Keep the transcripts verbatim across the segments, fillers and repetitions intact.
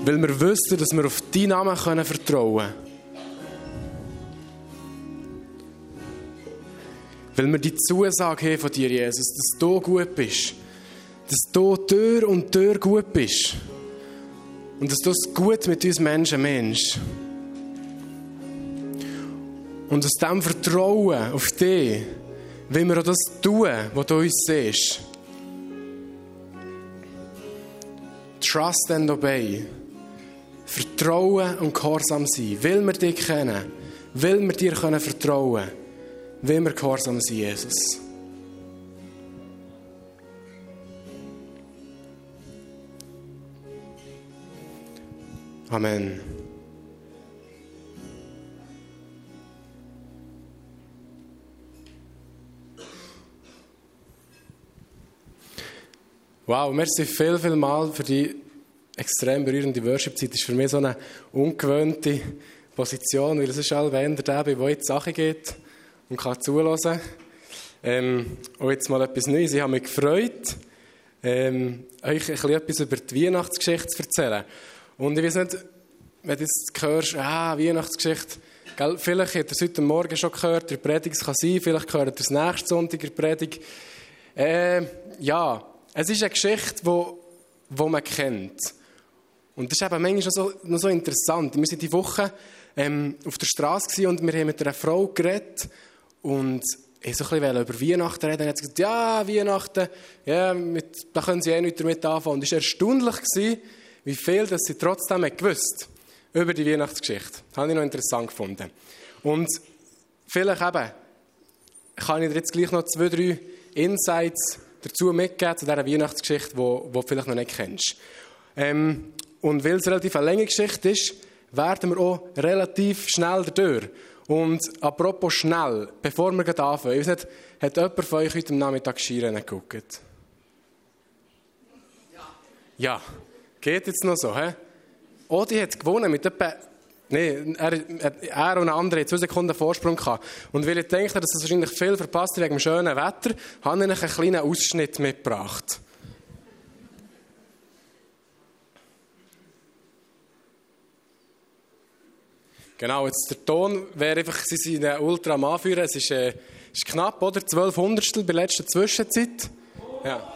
Weil wir wissen, dass wir auf deinen Namen können vertrauen können. Weil wir die Zusage haben von dir, Jesus, dass du gut bist. Dass du durch und durch gut bist. Und dass du es gut mit uns Menschen meinst. Und aus diesem Vertrauen auf dich, wollen wir auch das tun, was du uns siehst. Trust and obey. Vertrauen und gehorsam sein. Weil wir dich kennen, weil wir dir können vertrauen können, will wir gehorsam sein, Jesus. Amen. Wow, merci viel, viel mal für die extrem berührende Worship-Zeit. Das ist für mich so eine ungewöhnte Position, weil es ist all wenn der der, wo in die Sache geht und kann zuhören. Ähm, und jetzt mal etwas Neues. Ich habe mich gefreut, ähm, euch ein bisschen etwas über die Weihnachtsgeschichte zu erzählen. Und ich weiß nicht, wenn du jetzt hörst, ah, Weihnachtsgeschichte, gell, vielleicht habt ihr es heute Morgen schon gehört, der Predigt, es kann sein, vielleicht hört ihr es nächsten Sonntag in der Predigt. Äh, ja, es ist eine Geschichte, die wo man kennt. Und das ist eben manchmal noch so, noch so interessant. Wir waren diese Woche ähm, auf der Straße und wir haben mit einer Frau geredet und ich so ein bisschen über Weihnachten reden. Und hat sie gesagt, ja, Weihnachten, ja, mit, da können sie eh nicht damit anfangen. Und es war erstaunlich, wie viel dass sie trotzdem gewusst über die Weihnachtsgeschichte. Das habe ich noch interessant gefunden. Und vielleicht eben, kann ich dir jetzt gleich noch zwei, drei Insights dazu mitgeben zu dieser Weihnachtsgeschichte, die du vielleicht noch nicht kennst. Ähm, und weil es relativ eine lange Geschichte ist, werden wir auch relativ schnell dadurch. Und apropos schnell, bevor wir gleich anfangen, ich weiß nicht, hat jemand von euch heute am Nachmittag Skirennen geguckt? Ja. Ja, geht jetzt noch so, hä? Odi hat gewonnen mit etwa... Nein, er, er und ein anderer zwei Sekunden Vorsprung gehabt. Und weil ich denke, dass es wahrscheinlich viel verpasst wegen dem schönen Wetter, habe ich einen kleinen Ausschnitt mitgebracht. Genau, jetzt der Ton wäre einfach, sie sind ultra am Anführen. Es ist, äh, ist knapp, oder? zwölf Hundertstel bei der letzten Zwischenzeit. Ja.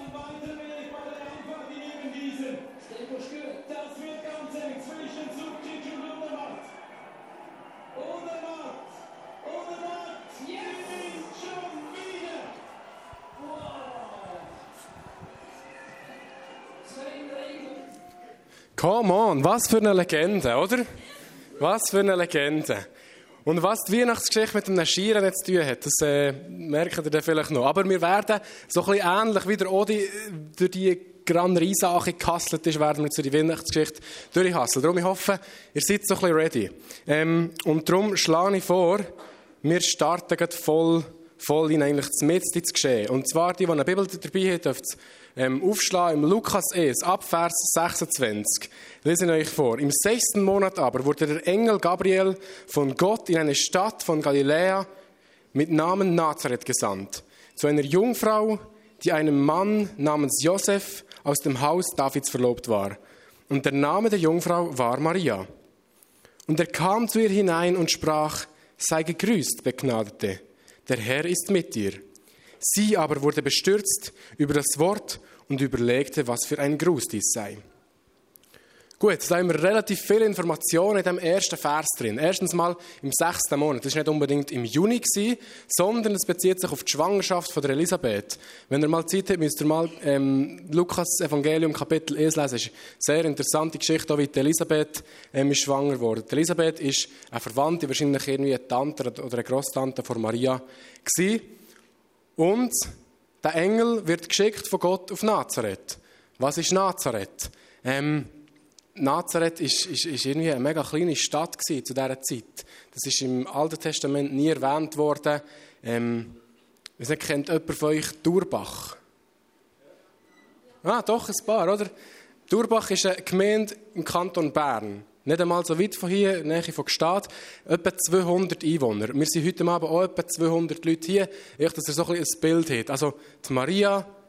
Come on, was für eine Legende, oder? Was für eine Legende. Und was die Weihnachtsgeschichte mit dem Skirennen zu tun hat, das äh, merkt ihr dann vielleicht noch. Aber wir werden so ein bisschen ähnlich wie der Odi durch die Gran Risa gehasselt ist, werden wir zu die Weihnachtsgeschichte durchhasseln. Darum ich hoffe, ihr seid so ein bisschen ready. Ähm, und darum schlage ich vor, wir starten gerade voll, voll in eigentlich das Mitte ins Geschehen. Und zwar die, die eine Bibel dabei haben, dürft Ähm, aufschlagen im Lukas eins, ab Vers sechsundzwanzig. Lese ich euch vor. Im sechsten Monat aber wurde der Engel Gabriel von Gott in eine Stadt von Galiläa mit Namen Nazareth gesandt. Zu einer Jungfrau, die einem Mann namens Josef aus dem Haus Davids verlobt war. Und der Name der Jungfrau war Maria. Und er kam zu ihr hinein und sprach, sei gegrüßt, Begnadete, der Herr ist mit dir. Sie aber wurde bestürzt über das Wort und überlegte, was für ein Gruß dies sei. Gut, da haben wir relativ viele Informationen in diesem ersten Vers drin. Erstens mal im sechsten Monat. Das war nicht unbedingt im Juni, sondern es bezieht sich auf die Schwangerschaft von der Elisabeth. Wenn ihr mal Zeit habt, müsst ihr mal ähm, Lukas Evangelium Kapitel eins lesen. Das ist eine sehr interessante Geschichte, auch wie die Elisabeth ähm, ist schwanger wurde. Die Elisabeth ist eine Verwandte, wahrscheinlich irgendwie eine Tante oder eine Grosstante von Maria gewesen. Und der Engel wird geschickt von Gott auf Nazareth. Was ist Nazareth? Ähm, Nazareth ist, ist, ist irgendwie eine mega kleine Stadt gewesen zu dieser Zeit. Das ist im Alten Testament nie erwähnt worden. Ähm, ich weiß nicht, kennt jemand von euch Durbach? Ah, doch, ein paar, oder? Durbach ist eine Gemeinde im Kanton Bern. Nicht einmal so weit von hier, in der Nähe von Gstaad, etwa zweihundert Einwohner. Wir sind heute Abend auch etwa zweihundert Leute hier, echt, dass ihr so ein, ein Bild habt. Also die Maria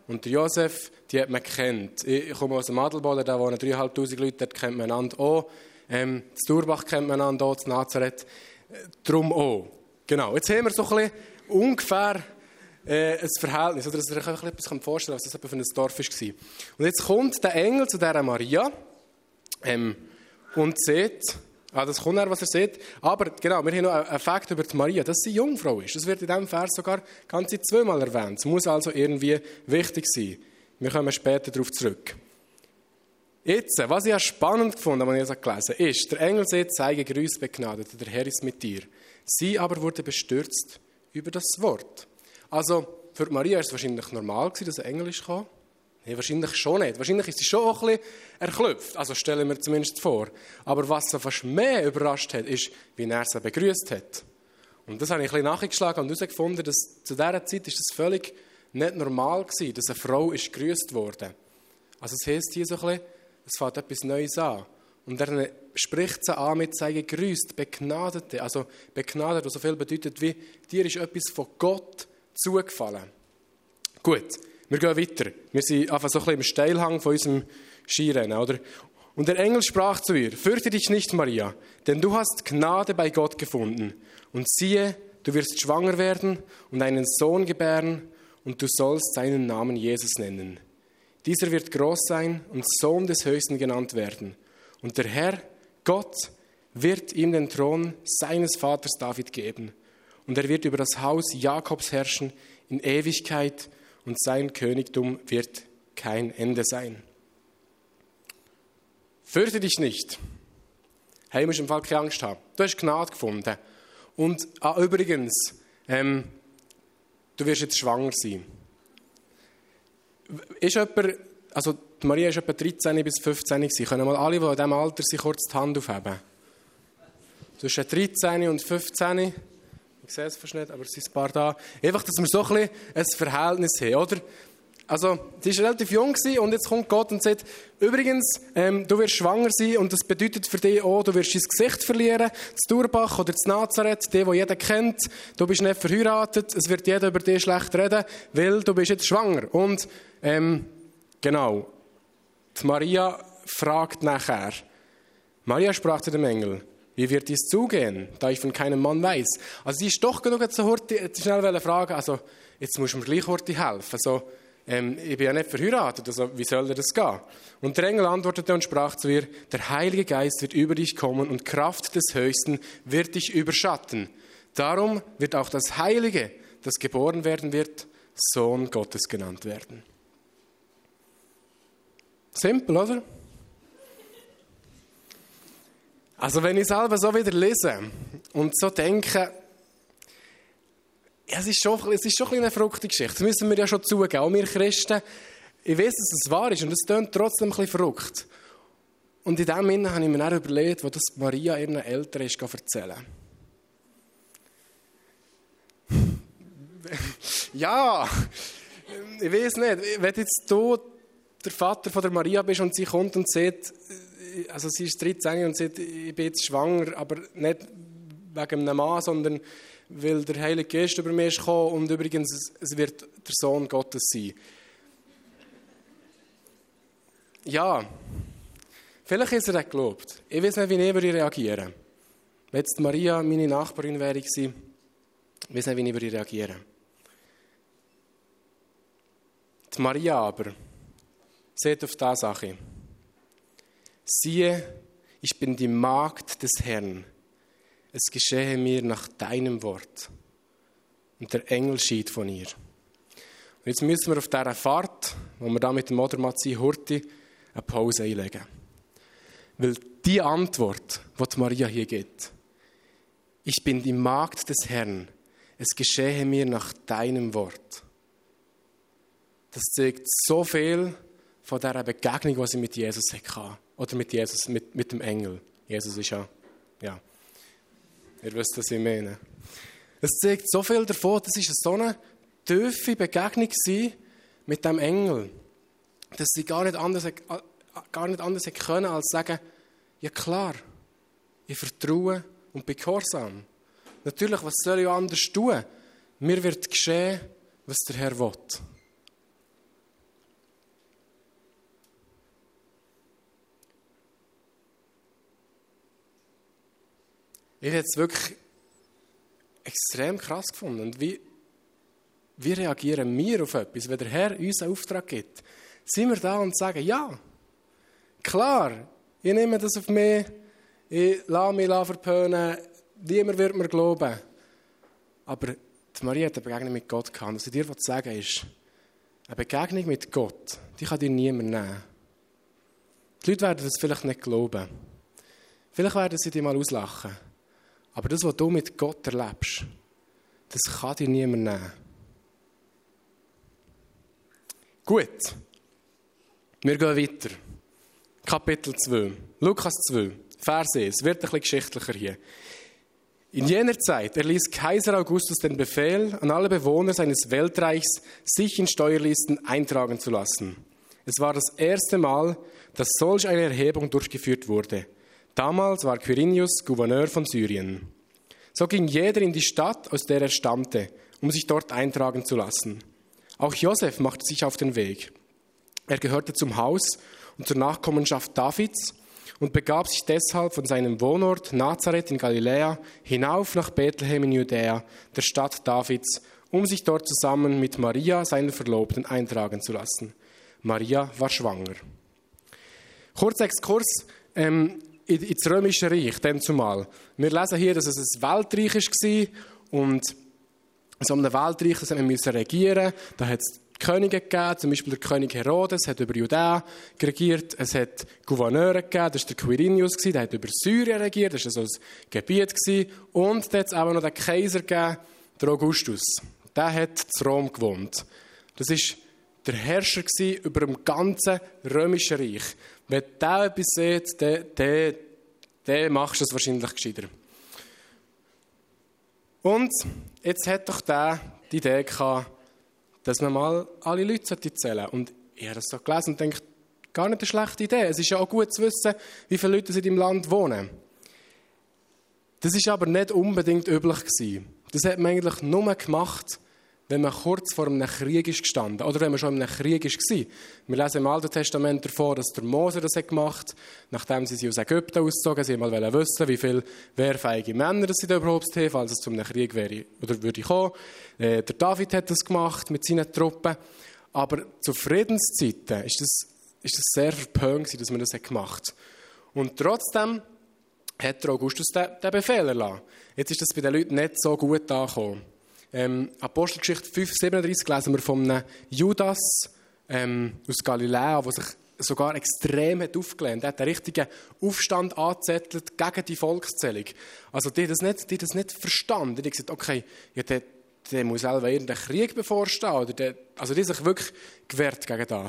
und der Josef, die hat man gekannt. Ich komme aus dem Adelboden, da wohnen dreieinhalbtausend Leute, dort kennt man einander auch. Ähm, das Durbach kennt man einander auch, das Nazareth, äh, drum auch. Genau, jetzt haben wir so ein bisschen ungefähr äh, ein Verhältnis, oder dass ihr euch ein bisschen vorstellen könnt, was das für ein Dorf war. Und jetzt kommt der Engel zu dieser Maria ähm, und sieht, ah, das kommt dann, was er sieht, aber genau, wir haben noch einen Fakt über die Maria, dass sie Jungfrau ist. Das wird in diesem Vers sogar ganze zweimal erwähnt. Es muss also irgendwie wichtig sein. Wir kommen später darauf zurück. Jetzt, was ich ja spannend gefunden habe, als ich das gelesen habe, ist, der Engel sagt, sei gegrüßt, begnadet, der Herr ist mit dir. Sie aber wurde bestürzt über das Wort. Also, für Maria war es wahrscheinlich normal gewesen, dass ein Engel kam. Nein, wahrscheinlich schon nicht. Wahrscheinlich ist sie schon auch ein bisschen erklüpft. Also stellen wir zumindest vor. Aber was sie fast mehr überrascht hat, ist, wie er sie begrüßt hat. Und das habe ich ein bisschen nachgeschlagen und herausgefunden, dass zu dieser Zeit ist das völlig nicht normal war, dass eine Frau ist gegrüßt wurde. Also es heisst hier so ein bisschen, es fängt etwas Neues an. Und er spricht sie an mit «sei gegrüßt», «Begnadete». Also «begnadet», was so viel bedeutet wie «dir ist etwas von Gott zugefallen». Gut, wir gehen weiter. Wir sind einfach so ein bisschen im Steilhang von unserem Skirennen, oder? Und der Engel sprach zu ihr: «Fürchte dich nicht, Maria, denn du hast Gnade bei Gott gefunden. Und siehe, du wirst schwanger werden und einen Sohn gebären, und du sollst seinen Namen Jesus nennen. Dieser wird groß sein und Sohn des Höchsten genannt werden. Und der Herr, Gott, wird ihm den Thron seines Vaters David geben. Und er wird über das Haus Jakobs herrschen in Ewigkeit, und sein Königtum wird kein Ende sein.» Fürchte dich nicht. Hey, du musst im Fall keine Angst haben. Du hast Gnade gefunden. Und ah, übrigens, ähm, du wirst jetzt schwanger sein. Ist jemand, also Maria war etwa dreizehn bis fünfzehn gewesen. Können mal alle, die in diesem Alter sind, kurz die Hand aufheben? Zwischen dreizehn und fünfzehn. Ich sehe es fast nicht, aber es sind ein paar da. Einfach, dass wir so ein bisschen ein Verhältnis haben, oder? Also, sie war relativ jung und jetzt kommt Gott und sagt, übrigens, ähm, du wirst schwanger sein und das bedeutet für dich auch, du wirst dein Gesicht verlieren, das Durbach oder das Nazareth, die, die jeder kennt, du bist nicht verheiratet, es wird jeder über dich schlecht reden, weil du bist jetzt schwanger. Und, ähm, genau, die Maria fragt nachher, Maria sprach zu dem Engel: «Wie wird dies zugehen, da ich von keinem Mann weiß?» Also sie ist doch genug zu Horti, schnell fragen, also jetzt musst du mir gleich Horti helfen. Also, ähm, ich bin ja nicht verheiratet, also wie soll das gehen? Und der Engel antwortete und sprach zu ihr: «Der Heilige Geist wird über dich kommen und Kraft des Höchsten wird dich überschatten. Darum wird auch das Heilige, das geboren werden wird, Sohn Gottes genannt werden.» Simpel, oder? Also wenn ich selber so wieder lese und so denke, ja, es ist schon, es ist schon ein eine verrückte Geschichte, das müssen wir ja schon zugeben, auch wir Christen, ich weiß, dass es wahr ist und es klingt trotzdem ein bisschen verrückt. Und in dem Sinne habe ich mir dann überlegt, wo das Maria ihren Eltern ist erzählen. Ja, ich weiß nicht, wenn jetzt du der Vater von der Maria bist und sie kommt und sagt, also sie ist dreizehn und sagt, ich bin jetzt schwanger, aber nicht wegen einem Mann, sondern weil der Heilige Geist über mich ist gekommen und übrigens, es wird der Sohn Gottes sein. Ja, vielleicht ist er das geglaubt. Ich weiß nicht, wie ich würde reagieren. Wenn jetzt Maria meine Nachbarin wäre gewesen, ich weiß nicht, wie ich würde reagieren. Die Maria aber seht auf diese Sache. Siehe, ich bin die Magd des Herrn. Es geschehe mir nach deinem Wort. Und der Engel schied von ihr. Und jetzt müssen wir auf dieser Fahrt, wo wir da mit dem Motorrad sind, Horti, eine Pause einlegen. Weil die Antwort, die, die Maria hier gibt, ich bin die Magd des Herrn. Es geschehe mir nach deinem Wort. Das zeigt so viel von dieser Begegnung, die sie mit Jesus hatte. Oder mit Jesus, mit, mit dem Engel. Jesus ist ja, ja. Ihr wisst, was ich meine. Es zeigt so viel davon, das war so eine tiefe Begegnung mit dem Engel, dass sie gar nicht anders, gar nicht anders können, als sagen, ja klar, ich vertraue und bin gehorsam. Natürlich, was soll ich anders tun? Mir wird geschehen, was der Herr will. ich habe es wirklich extrem krass gefunden. Und wie, wie reagieren wir auf etwas, wenn der Herr uns einen Auftrag gibt? Sind wir da und sagen, ja, klar, ich nehme das auf mich, ich lasse mich verpönen, niemand wird mir glauben. Aber die Maria hat eine Begegnung mit Gott gehabt. Und was ich dir sagen will, ist, eine Begegnung mit Gott, die kann dir niemand nehmen. Die Leute werden das vielleicht nicht glauben. Vielleicht werden sie dich mal auslachen. Aber das, was du mit Gott erlebst, das kann dir niemand nehmen. Gut. Wir gehen weiter. Kapitel zwei. Lukas zwei, Vers eins. Es wird ein bisschen geschichtlicher hier. In jener Zeit erließ Kaiser Augustus den Befehl an alle Bewohner seines Weltreichs, sich in Steuerlisten eintragen zu lassen. Es war das erste Mal, dass solch eine Erhebung durchgeführt wurde. Damals war Quirinius Gouverneur von Syrien. So ging jeder in die Stadt, aus der er stammte, um sich dort eintragen zu lassen. Auch Josef machte sich auf den Weg. Er gehörte zum Haus und zur Nachkommenschaft Davids und begab sich deshalb von seinem Wohnort Nazareth in Galiläa hinauf nach Bethlehem in Judäa, der Stadt Davids, um sich dort zusammen mit Maria, seiner Verlobten, eintragen zu lassen. Maria war schwanger. Kurzer Exkurs ähm, ins Römische Reich, dem zumal. Wir lesen hier, dass es ein Weltreich war und so einem Weltreich, das man regieren musste. Da hat es Könige gegeben, zum Beispiel der König Herodes hat über Judäa regiert. Es hat Gouverneure gegeben, das war der Quirinius, der hat über Syrien regiert, das war so ein Gebiet. Und dann hat es auch noch den Kaiser gegeben, der Augustus. Der hat in Rom gewohnt. Das war der Herrscher über dem ganzen Römischen Reich. Wenn der etwas sieht, dann, dann, dann machst du es wahrscheinlich gescheiter. Und jetzt hat doch der die Idee gehabt, dass man mal alle Leute zählen sollte. Und ich habe das so gelesen und denke, gar nicht eine schlechte Idee. Es ist ja auch gut zu wissen, wie viele Leute in deinem Land wohnen. Das war aber nicht unbedingt üblich gewesen. Das hat man eigentlich nur gemacht, wenn man kurz vor einem Krieg ist gestanden oder wenn man schon in einem Krieg war. Wir lesen im Alten Testament davon, dass der Mose das hat gemacht hat, nachdem sie sich aus Ägypten ausgezogen. Sie wollten mal wissen, wie viele wehrfähige Männer das sie da überhaupt haben, falls es zu einem Krieg wäre oder würde kommen. Äh, der David hat das gemacht mit seinen Truppen. Aber zu Friedenszeiten ist das, ist das sehr verpönt, dass man das hat gemacht hat. Und trotzdem hat der Augustus den, den Befehl erlassen. Jetzt ist das bei den Leuten nicht so gut angekommen. Ähm, Apostelgeschichte fünf siebenunddreißig lesen wir von einem Judas ähm, aus Galiläa, der sich sogar extrem hat aufgelehnt. Er hat einen richtigen Aufstand angezettelt gegen die Volkszählung. Also die haben das nicht, die das nicht verstanden. Die haben gesagt, okay, ja, der, der muss selber irgendein Krieg bevorstehen. Oder der, also die haben sich wirklich gewehrt gegen das.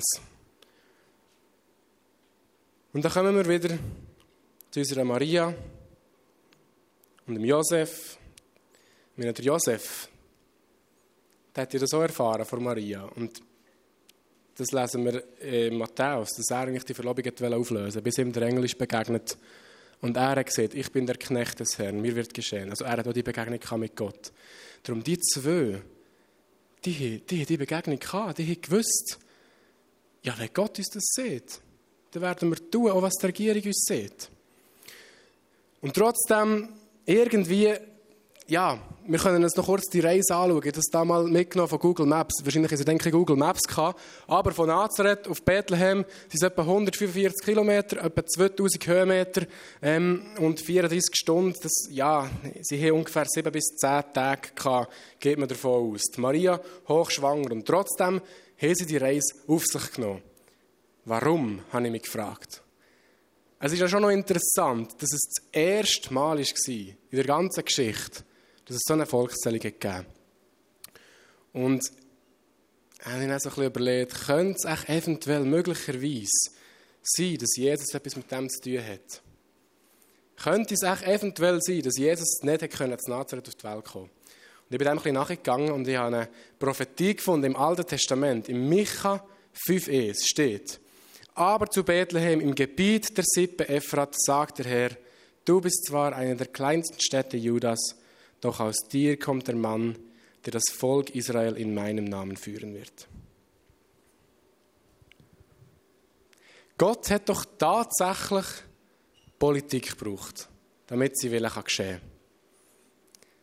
Und dann kommen wir wieder zu unserer Maria und dem Josef. Der Josef, der hat ja das auch erfahren von Maria. Und das lesen wir in Matthäus, dass er eigentlich die Verlobung auflösen wollte, bis ihm der Engel ist begegnet. Und er hat gesagt, ich bin der Knecht des Herrn, mir wird geschehen. Also er hat auch die Begegnung mit Gott. Darum die zwei, die, die haben die Begegnung gehabt, die haben gewusst, ja, wenn Gott uns das sieht, dann werden wir tun, auch was die Regierung uns sieht. Und trotzdem, irgendwie, ja, wir können uns noch kurz die Reise anschauen. Ich habe das da mal mitgenommen von Google Maps. Wahrscheinlich ist es, denke ich, Google Maps gehabt. Aber von Nazareth auf Bethlehem sind es etwa hundertfünfundvierzig Kilometer, etwa zweitausend Höhenmeter ähm, und vierunddreißig Stunden. Das, ja, sie haben ungefähr sieben bis zehn Tage gehabt, geht man davon aus. Die Maria hochschwanger und trotzdem haben sie die Reise auf sich genommen. Warum, habe ich mich gefragt. Es ist ja schon noch interessant, dass es das erste Mal war in der ganzen Geschichte, dass es so eine Volkszählung gegeben hat. Und ich habe mir dann so ein bisschen überlegt, könnte es echt eventuell möglicherweise sein, dass Jesus etwas mit dem zu tun hat? Könnte es echt eventuell sein, dass Jesus nicht hätte können, zu Nazareth auf die Welt kommen? Und ich bin dem ein bisschen nachgegangen und ich habe eine Prophetie gefunden im Alten Testament. Im Micha fünf eins steht: Aber zu Bethlehem im Gebiet der Sippe Ephrat sagt der Herr, du bist zwar eine der kleinsten Städte Judas, doch aus dir kommt der Mann, der das Volk Israel in meinem Namen führen wird. Gott hat doch tatsächlich Politik gebraucht, damit sie willen geschehen kann.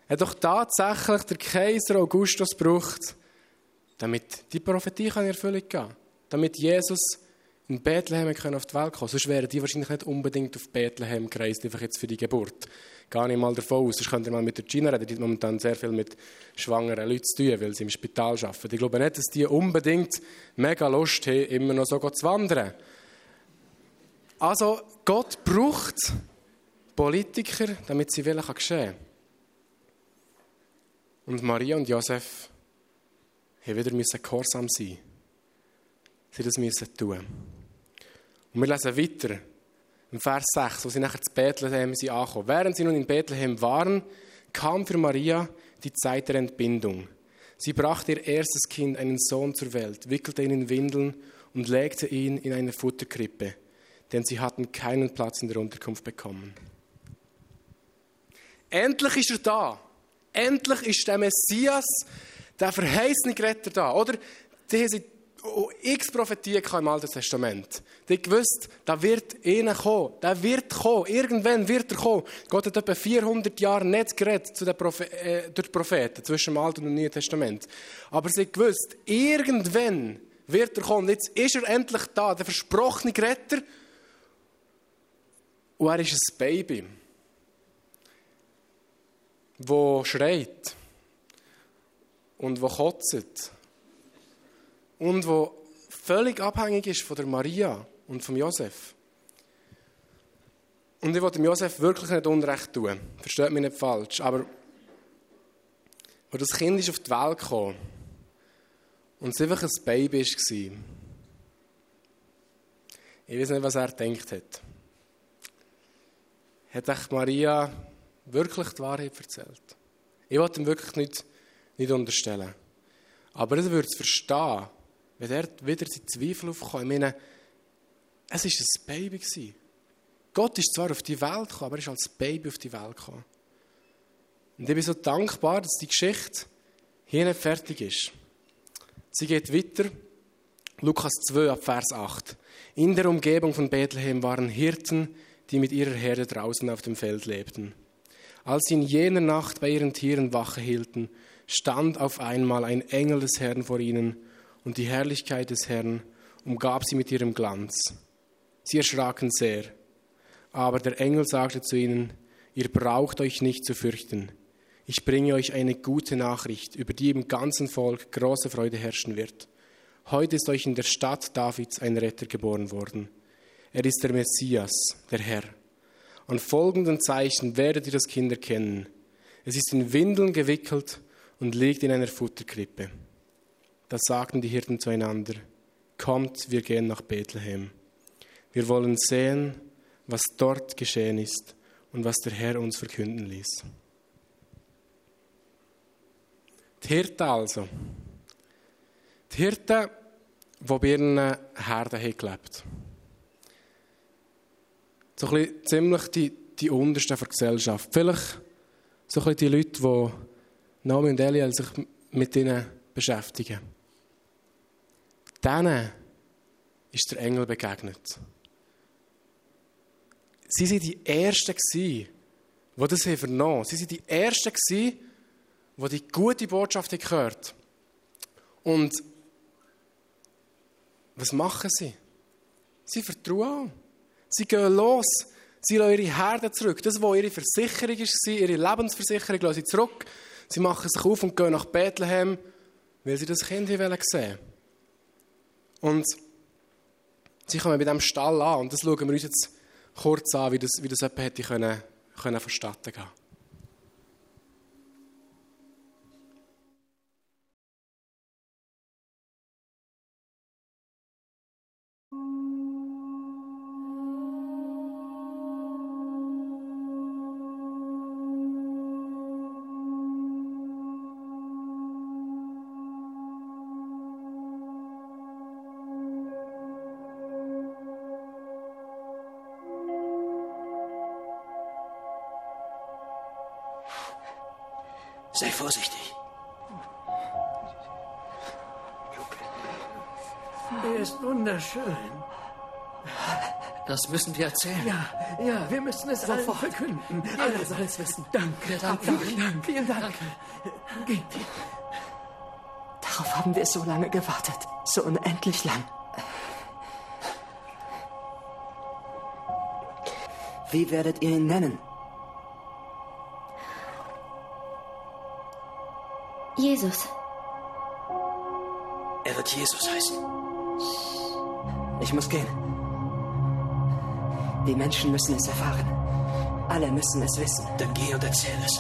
hat doch tatsächlich der Kaiser Augustus gebraucht, damit die Prophetie in Erfüllung gehen kann. Damit Jesus in Bethlehem auf die Welt kommen. Sonst wären die wahrscheinlich nicht unbedingt auf Bethlehem gereist, einfach jetzt für die Geburt. Gar nicht mal davon aus. Sonst könnt ihr mal mit der Gina reden. Die hat momentan sehr viel mit schwangeren Leuten zu tun, weil sie im Spital arbeiten. Ich glaube nicht, dass die unbedingt mega Lust haben, immer noch so zu wandern. Also, Gott braucht Politiker, damit sie Wille geschehen kann. Und Maria und Josef haben wieder gehorsam sein. Sie das müssen tun. Und wir lesen weiter, im Vers sechs, wo sie nachher zu Bethlehem sind angekommen. Während sie nun in Bethlehem waren, kam für Maria die Zeit der Entbindung. Sie brachte ihr erstes Kind, einen Sohn, zur Welt, wickelte ihn in Windeln und legte ihn in eine Futterkrippe, denn sie hatten keinen Platz in der Unterkunft bekommen. Endlich ist er da. Endlich ist der Messias, der verheißene Retter da. Oder? Die haben x Prophetien im Alten Testament. Die gewusst, da wird einer kommen. Der wird kommen. Irgendwann wird er kommen. Gott hat etwa vierhundert Jahre nicht geredet zu den Prophe- äh, durch die Propheten, zwischen dem Alten und dem Neuen Testament. Aber sie gewusst, irgendwann wird er kommen. Jetzt ist er endlich da, der versprochene Retter. Und er ist ein Baby, das schreit und das kotzt und das völlig abhängig ist von der Maria und vom Josef. Und ich will dem Josef wirklich nicht Unrecht tun. Versteht mich nicht falsch. Aber als das Kind ist auf die Welt gekommen und es einfach ein Baby war, ich weiß nicht, was er gedacht hat. Hat euch Maria wirklich die Wahrheit erzählt? Ich wollte ihm wirklich nicht, nicht unterstellen. Aber er würde es verstehen, wenn er wieder die Zweifel aufkommen. Ich meine, es war ein Baby. Gott ist zwar auf die Welt gekommen, aber er ist als Baby auf die Welt gekommen. Und ich bin so dankbar, dass die Geschichte hier nicht fertig ist. Sie geht weiter. Lukas zwei, ab Vers acht. In der Umgebung von Bethlehem waren Hirten, die mit ihrer Herde draußen auf dem Feld lebten. Als sie in jener Nacht bei ihren Tieren Wache hielten, stand auf einmal ein Engel des Herrn vor ihnen, und die Herrlichkeit des Herrn umgab sie mit ihrem Glanz. Sie erschraken sehr. Aber der Engel sagte zu ihnen, ihr braucht euch nicht zu fürchten. Ich bringe euch eine gute Nachricht, über die im ganzen Volk große Freude herrschen wird. Heute ist euch in der Stadt Davids ein Retter geboren worden. Er ist der Messias, der Herr. An folgenden Zeichen werdet ihr das Kind erkennen. Es ist in Windeln gewickelt und liegt in einer Futterkrippe. Da sagten die Hirten zueinander, kommt, wir gehen nach Bethlehem. Wir wollen sehen, was dort geschehen ist und was der Herr uns verkünden ließ. Die Hirten also. Die Hirten, die bei ihren Herden haben gelebt. So ein bisschen ziemlich die, die Untersten der Gesellschaft. Vielleicht so ein bisschen die Leute, die Naomi und Eliel sich mit ihnen beschäftigen. Denen ist der Engel begegnet. Sie waren die Ersten, die das vernommen haben. Sie waren die Ersten, die die gute Botschaft gehört haben. Und was machen sie? Sie vertrauen. Sie gehen los. Sie lassen ihre Herden zurück. Das, was ihre Versicherung war, ihre Lebensversicherung, lassen sie zurück. Sie machen sich auf und gehen nach Bethlehem, weil sie das Kind sehen wollen. Und sie kommen bei diesem Stall an. Und das schauen wir uns jetzt kurz an, wie das, wie das jemand hätte können, können vonstatten gehen. Sei vorsichtig. Er ist wunderschön. Das müssen wir erzählen. Ja, ja, wir müssen es Sofort. allen verkünden. Jeder Alle soll es wissen. Danke, Danke. vielen Dank, vielen Dank. Geht. Darauf haben wir so lange gewartet. So unendlich lang. Wie werdet ihr ihn nennen? Jesus. Er wird Jesus heißen. Ich muss gehen. Die Menschen müssen es erfahren. Alle müssen es wissen. Dann geh und erzähl es.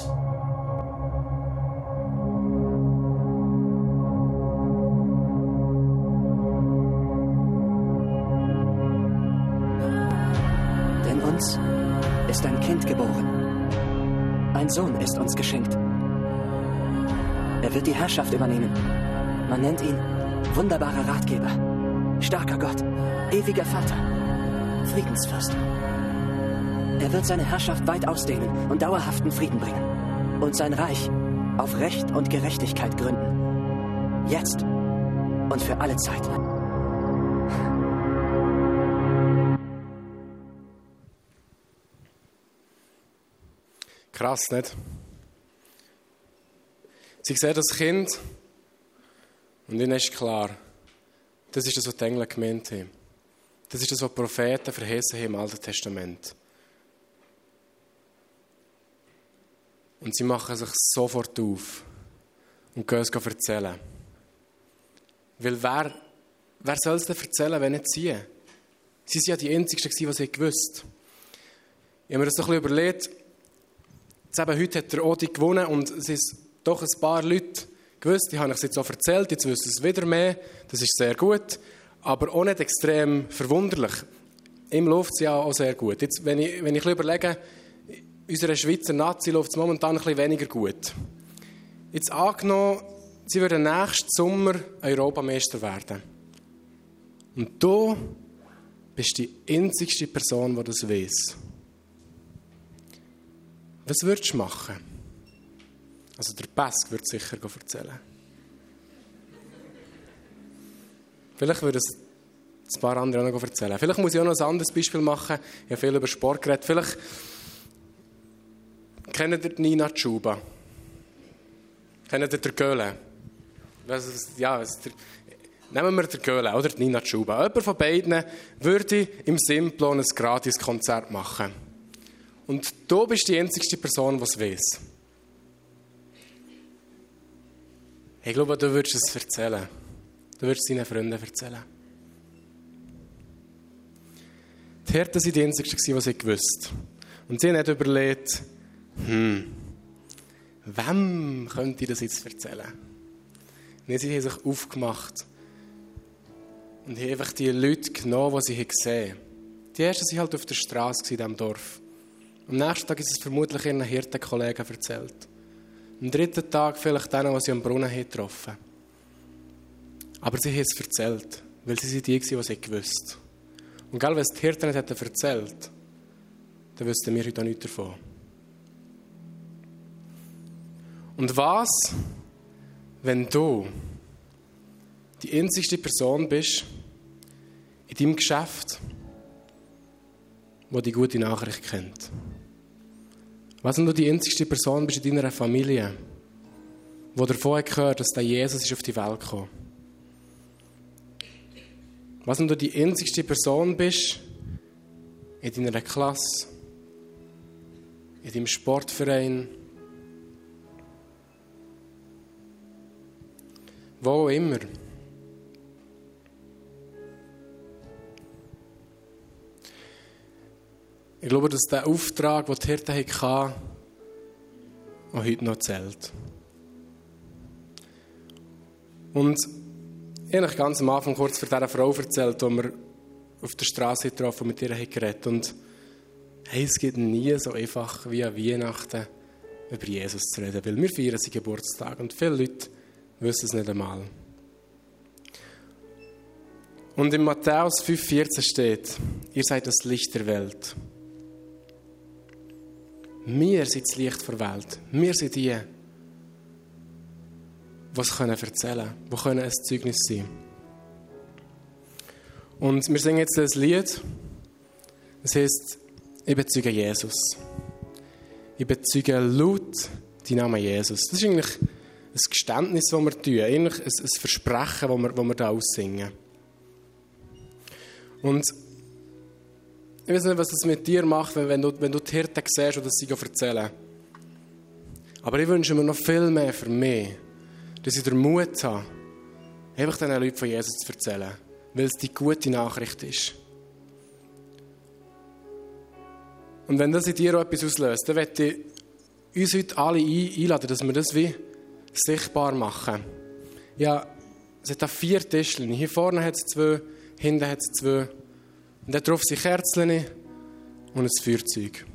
Denn uns ist ein Kind geboren. Ein Sohn ist uns geschenkt. Er wird die Herrschaft übernehmen. Man nennt ihn wunderbarer Ratgeber, starker Gott, ewiger Vater, Friedensfürst. Er wird seine Herrschaft weit ausdehnen und dauerhaften Frieden bringen und sein Reich auf Recht und Gerechtigkeit gründen. Jetzt und für alle Zeit. Krass, nicht? Sie sehen das Kind und ihnen ist klar, das ist das, was die Engel gemeint haben. Das ist das, was die Propheten verheißen haben im Alten Testament. Und sie machen sich sofort auf und gehen es erzählen. Weil wer, wer soll es denn erzählen, wenn nicht sie? Sie waren ja die Einzigen, die sie gewusst. Ich habe mir das so ein bisschen überlegt. Jetzt eben, heute hat der Odi gewonnen und es ist doch ein paar Leute gewusst, die haben es jetzt auch erzählt, jetzt wissen es wieder mehr, das ist sehr gut, aber auch nicht extrem verwunderlich. Ihm läuft es ja auch sehr gut. Jetzt, wenn ich, wenn ich überlege, unserer Schweizer Nazi läuft es momentan ein bisschen weniger gut. Jetzt angenommen, sie würden nächsten Sommer Europameister werden. Und du bist die einzigste Person, die das weiss. Was würdest du machen? Also der Pesk würde es sicher erzählen. Vielleicht würde es ein paar andere auch noch erzählen. Vielleicht muss ich auch noch ein anderes Beispiel machen. Ich habe viel über Sport geredet. Vielleicht kennt ihr Nina Tschuba? Kennt ihr den Göhle? Ja, der, nehmen wir den Göhle oder die Nina Tschuba. Jemand von beiden würde im Simplon ein gratis Konzert machen. Und du bist die einzigste Person, die es weiss. Ich glaube, du würdest es erzählen. Du würdest es deinen Freunden erzählen. Die Hirten waren die einzigsten, die sie gewusst. Und sie haben nicht überlegt, hm, wem könnte ich das jetzt erzählen? Und sie haben sich aufgemacht und haben einfach die Leute genommen, die sie gesehen haben. Die ersten waren halt auf der Straße in diesem Dorf. Am nächsten Tag ist es vermutlich ihren Hirtenkollegen erzählt. Am dritten Tag vielleicht denen, die sie am Brunnen getroffen haben. Aber sie haben es erzählt, weil sie die waren, die sie gewusst. Und gell, wenn es die Hirten nicht hätten erzählt, dann wüssten wir heute auch nichts davon. Und was, wenn du die einzigste Person bist in deinem Geschäft, die die gute Nachricht kennt? Was, wenn du die einzigste Person bist in deiner Familie, die davon hat gehört, dass der Jesus ist auf die Welt gekommen? Was, wenn du die einzigste Person bist in deiner Klasse, in deinem Sportverein, wo auch immer. Ich glaube, dass der Auftrag, den die Hirten hatten, auch heute noch zählt. Und ich habe ganz am Anfang kurz von dieser Frau erzählt, die wir auf der Straße getroffen und mit ihr geredet haben. Und hey, es geht nie so einfach wie an Weihnachten über Jesus zu reden, weil wir feiern seinen Geburtstag und viele Leute wissen es nicht einmal. Und in Matthäus fünf vierzehn steht, ihr seid das Licht der Welt. Wir sind das Licht der Welt. Wir sind die, die es erzählen können, die ein Zeugnis sein können. Und wir singen jetzt ein Lied Das heisst, ich bezeuge Jesus. Ich bezeuge laut den Namen Jesus. Das ist eigentlich ein Geständnis, das wir tun. Eigentlich ein, ein Versprechen, das wir, das wir da aussingen. Und ich weiß nicht, was das mit dir macht, wenn du, wenn du die Hirten siehst und das sie erzählen. Aber ich wünsche mir noch viel mehr für mich, dass ich den Mut habe, einfach diesen Leuten von Jesus zu erzählen, weil es die gute Nachricht ist. Und wenn das in dir auch etwas auslöst, dann möchte ich uns heute alle einladen, dass wir das wie sichtbar machen. Ja, es hat da vier Tischchen. Hier vorne hat es zwei, hinten hat es zwei. Und darauf sind Kerzen und ein Feuerzeug.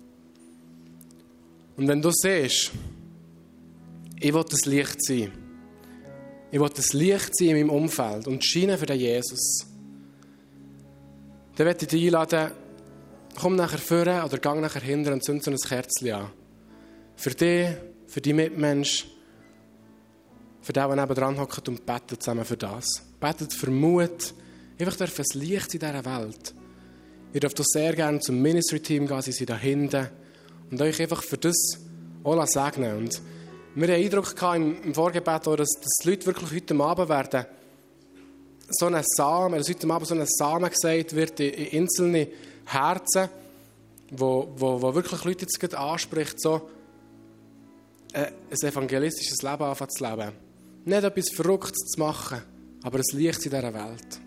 Und wenn du siehst, ich will das Licht sein. Ich will das Licht sein in meinem Umfeld und scheinen für den Jesus. Dann möchte ich dich einladen, komm nachher vorne oder geh nachher hinten und zünd so ein Kerzchen an. Für dich, für die Mitmenschen, für den, der nebenan hockt und betet zusammen für das. Betet für Mut. Einfach dürfen ein Licht in dieser Welt. Ihr dürft auch sehr gerne zum Ministry-Team gehen, sie sind da hinten. Und euch einfach für das auch segnen. Und wir hatten Eindruck im, im Vorgebet, dass, dass die Leute wirklich heute Abend werden so einen Samen, dass heute Abend so ein Samen gesagt wird in, in einzelne Herzen, wo, wo, wo wirklich Leute jetzt gerade anspricht, so äh, ein evangelistisches Leben anfangen zu leben. Nicht etwas Verrücktes zu machen, aber ein Licht in dieser Welt.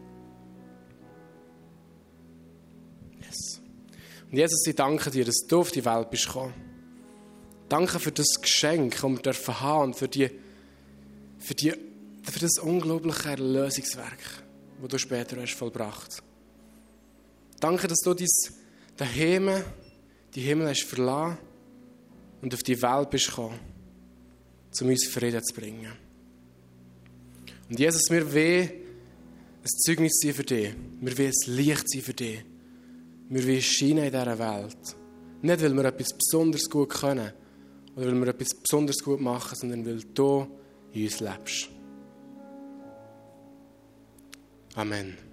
Yes. Und Jesus, ich danke dir, dass du auf die Welt bist gekommen. Danke für das Geschenk, das wir dürfen haben und für, die, für, die, für das unglaubliche Erlösungswerk, das du später hast vollbracht. Danke, dass du dein daheim, die Himmel hast verlassen und auf die Welt bist gekommen, um uns Frieden zu bringen. Und Jesus, wir wollen ein Zeugnis sein für dich. Wir wollen ein Licht sein für dich. Wir wollen scheinen in dieser Welt. Nicht, weil wir etwas besonders gut können oder weil wir etwas besonders gut machen, sondern weil du in uns lebst. Amen.